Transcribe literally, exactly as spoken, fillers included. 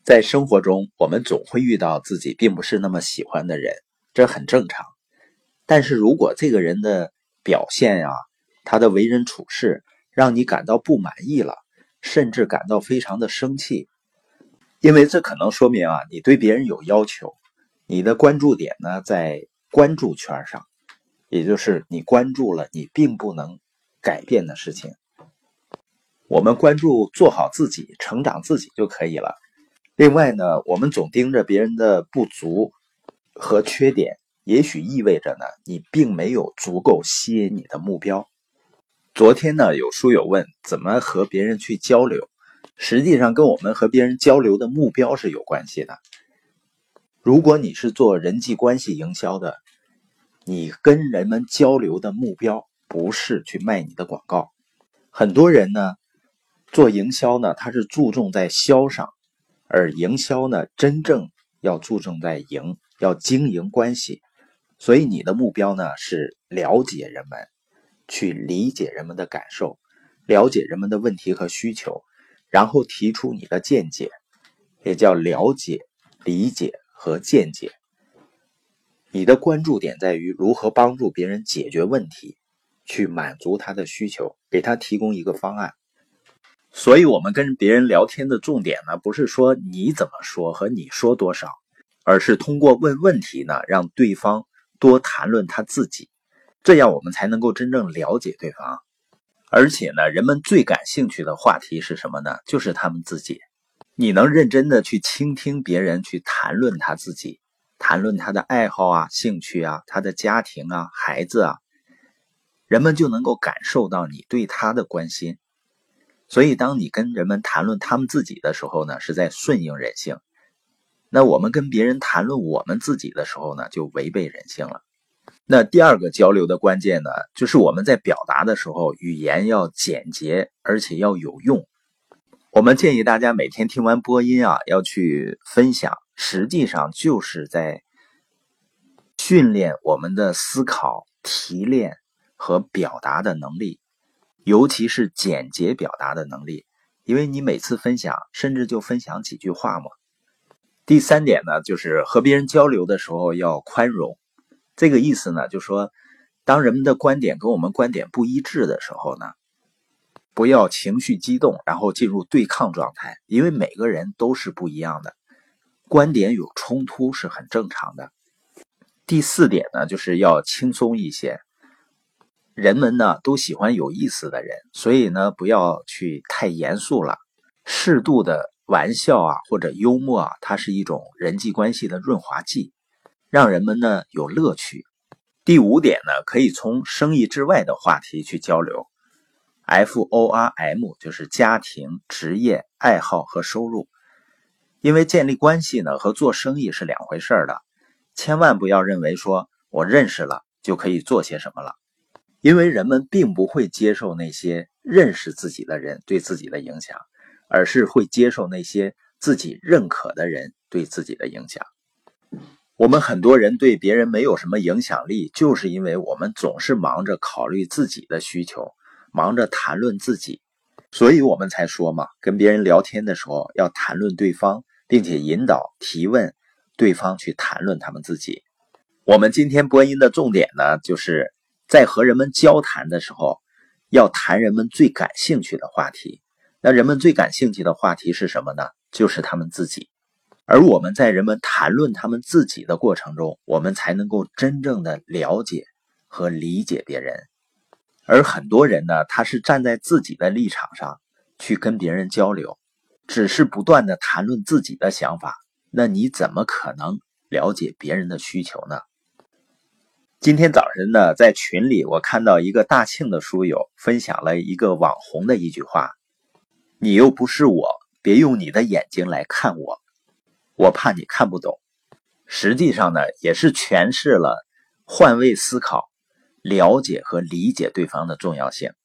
在生活中，我们总会遇到自己并不是那么喜欢的人，这很正常。但是如果这个人的表现啊，他的为人处事让你感到不满意了，甚至感到非常的生气，因为这可能说明啊，你对别人有要求，你的关注点呢在关注圈上，也就是你关注了你并不能改变的事情。我们关注做好自己，成长自己就可以了。另外呢，我们总盯着别人的不足和缺点，也许意味着呢，你并没有足够吸引你的目标。昨天呢，有书友问怎么和别人去交流，实际上跟我们和别人交流的目标是有关系的。如果你是做人际关系营销的，你跟人们交流的目标不是去卖你的广告。很多人呢，做营销呢，他是注重在销上，而营销呢，真正要注重在营，要经营关系。所以你的目标呢，是了解人们，去理解人们的感受，了解人们的问题和需求，然后提出你的见解，也叫了解、理解和见解。你的关注点在于如何帮助别人解决问题，去满足他的需求，给他提供一个方案。所以我们跟别人聊天的重点呢，不是说你怎么说和你说多少，而是通过问问题呢，让对方多谈论他自己，这样我们才能够真正了解对方。而且呢，人们最感兴趣的话题是什么呢？就是他们自己。你能认真的去倾听别人去谈论他自己，谈论他的爱好啊、兴趣啊、他的家庭啊、孩子啊，人们就能够感受到你对他的关心。所以当你跟人们谈论他们自己的时候呢，是在顺应人性。那我们跟别人谈论我们自己的时候呢，就违背人性了。那第二个交流的关键呢，就是我们在表达的时候，语言要简洁，而且要有用。我们建议大家每天听完播音啊，要去分享，实际上就是在训练我们的思考、提炼和表达的能力。尤其是简洁表达的能力，因为你每次分享甚至就分享几句话嘛。第三点呢，就是和别人交流的时候要宽容。这个意思呢，就是说当人们的观点跟我们观点不一致的时候呢，不要情绪激动，然后进入对抗状态，因为每个人都是不一样的，观点有冲突是很正常的。第四点呢，就是要轻松一些。人们呢都喜欢有意思的人，所以呢不要去太严肃了。适度的玩笑啊或者幽默啊，它是一种人际关系的润滑剂，让人们呢有乐趣。第五点呢，可以从生意之外的话题去交流。F O R M 就是家庭、职业、爱好和收入。因为建立关系呢和做生意是两回事的，千万不要认为说我认识了就可以做些什么了。因为人们并不会接受那些认识自己的人对自己的影响，而是会接受那些自己认可的人对自己的影响。我们很多人对别人没有什么影响力，就是因为我们总是忙着考虑自己的需求，忙着谈论自己。所以我们才说嘛，跟别人聊天的时候要谈论对方，并且引导提问对方去谈论他们自己。我们今天播音的重点呢，就是在和人们交谈的时候，要谈人们最感兴趣的话题。那人们最感兴趣的话题是什么呢？就是他们自己。而我们在人们谈论他们自己的过程中，我们才能够真正的了解和理解别人。而很多人呢，他是站在自己的立场上去跟别人交流，只是不断的谈论自己的想法，那你怎么可能了解别人的需求呢？今天早晨呢，在群里我看到一个大庆的书友分享了一个网红的一句话：你又不是我，别用你的眼睛来看我，我怕你看不懂。实际上呢，也是诠释了换位思考、了解和理解对方的重要性。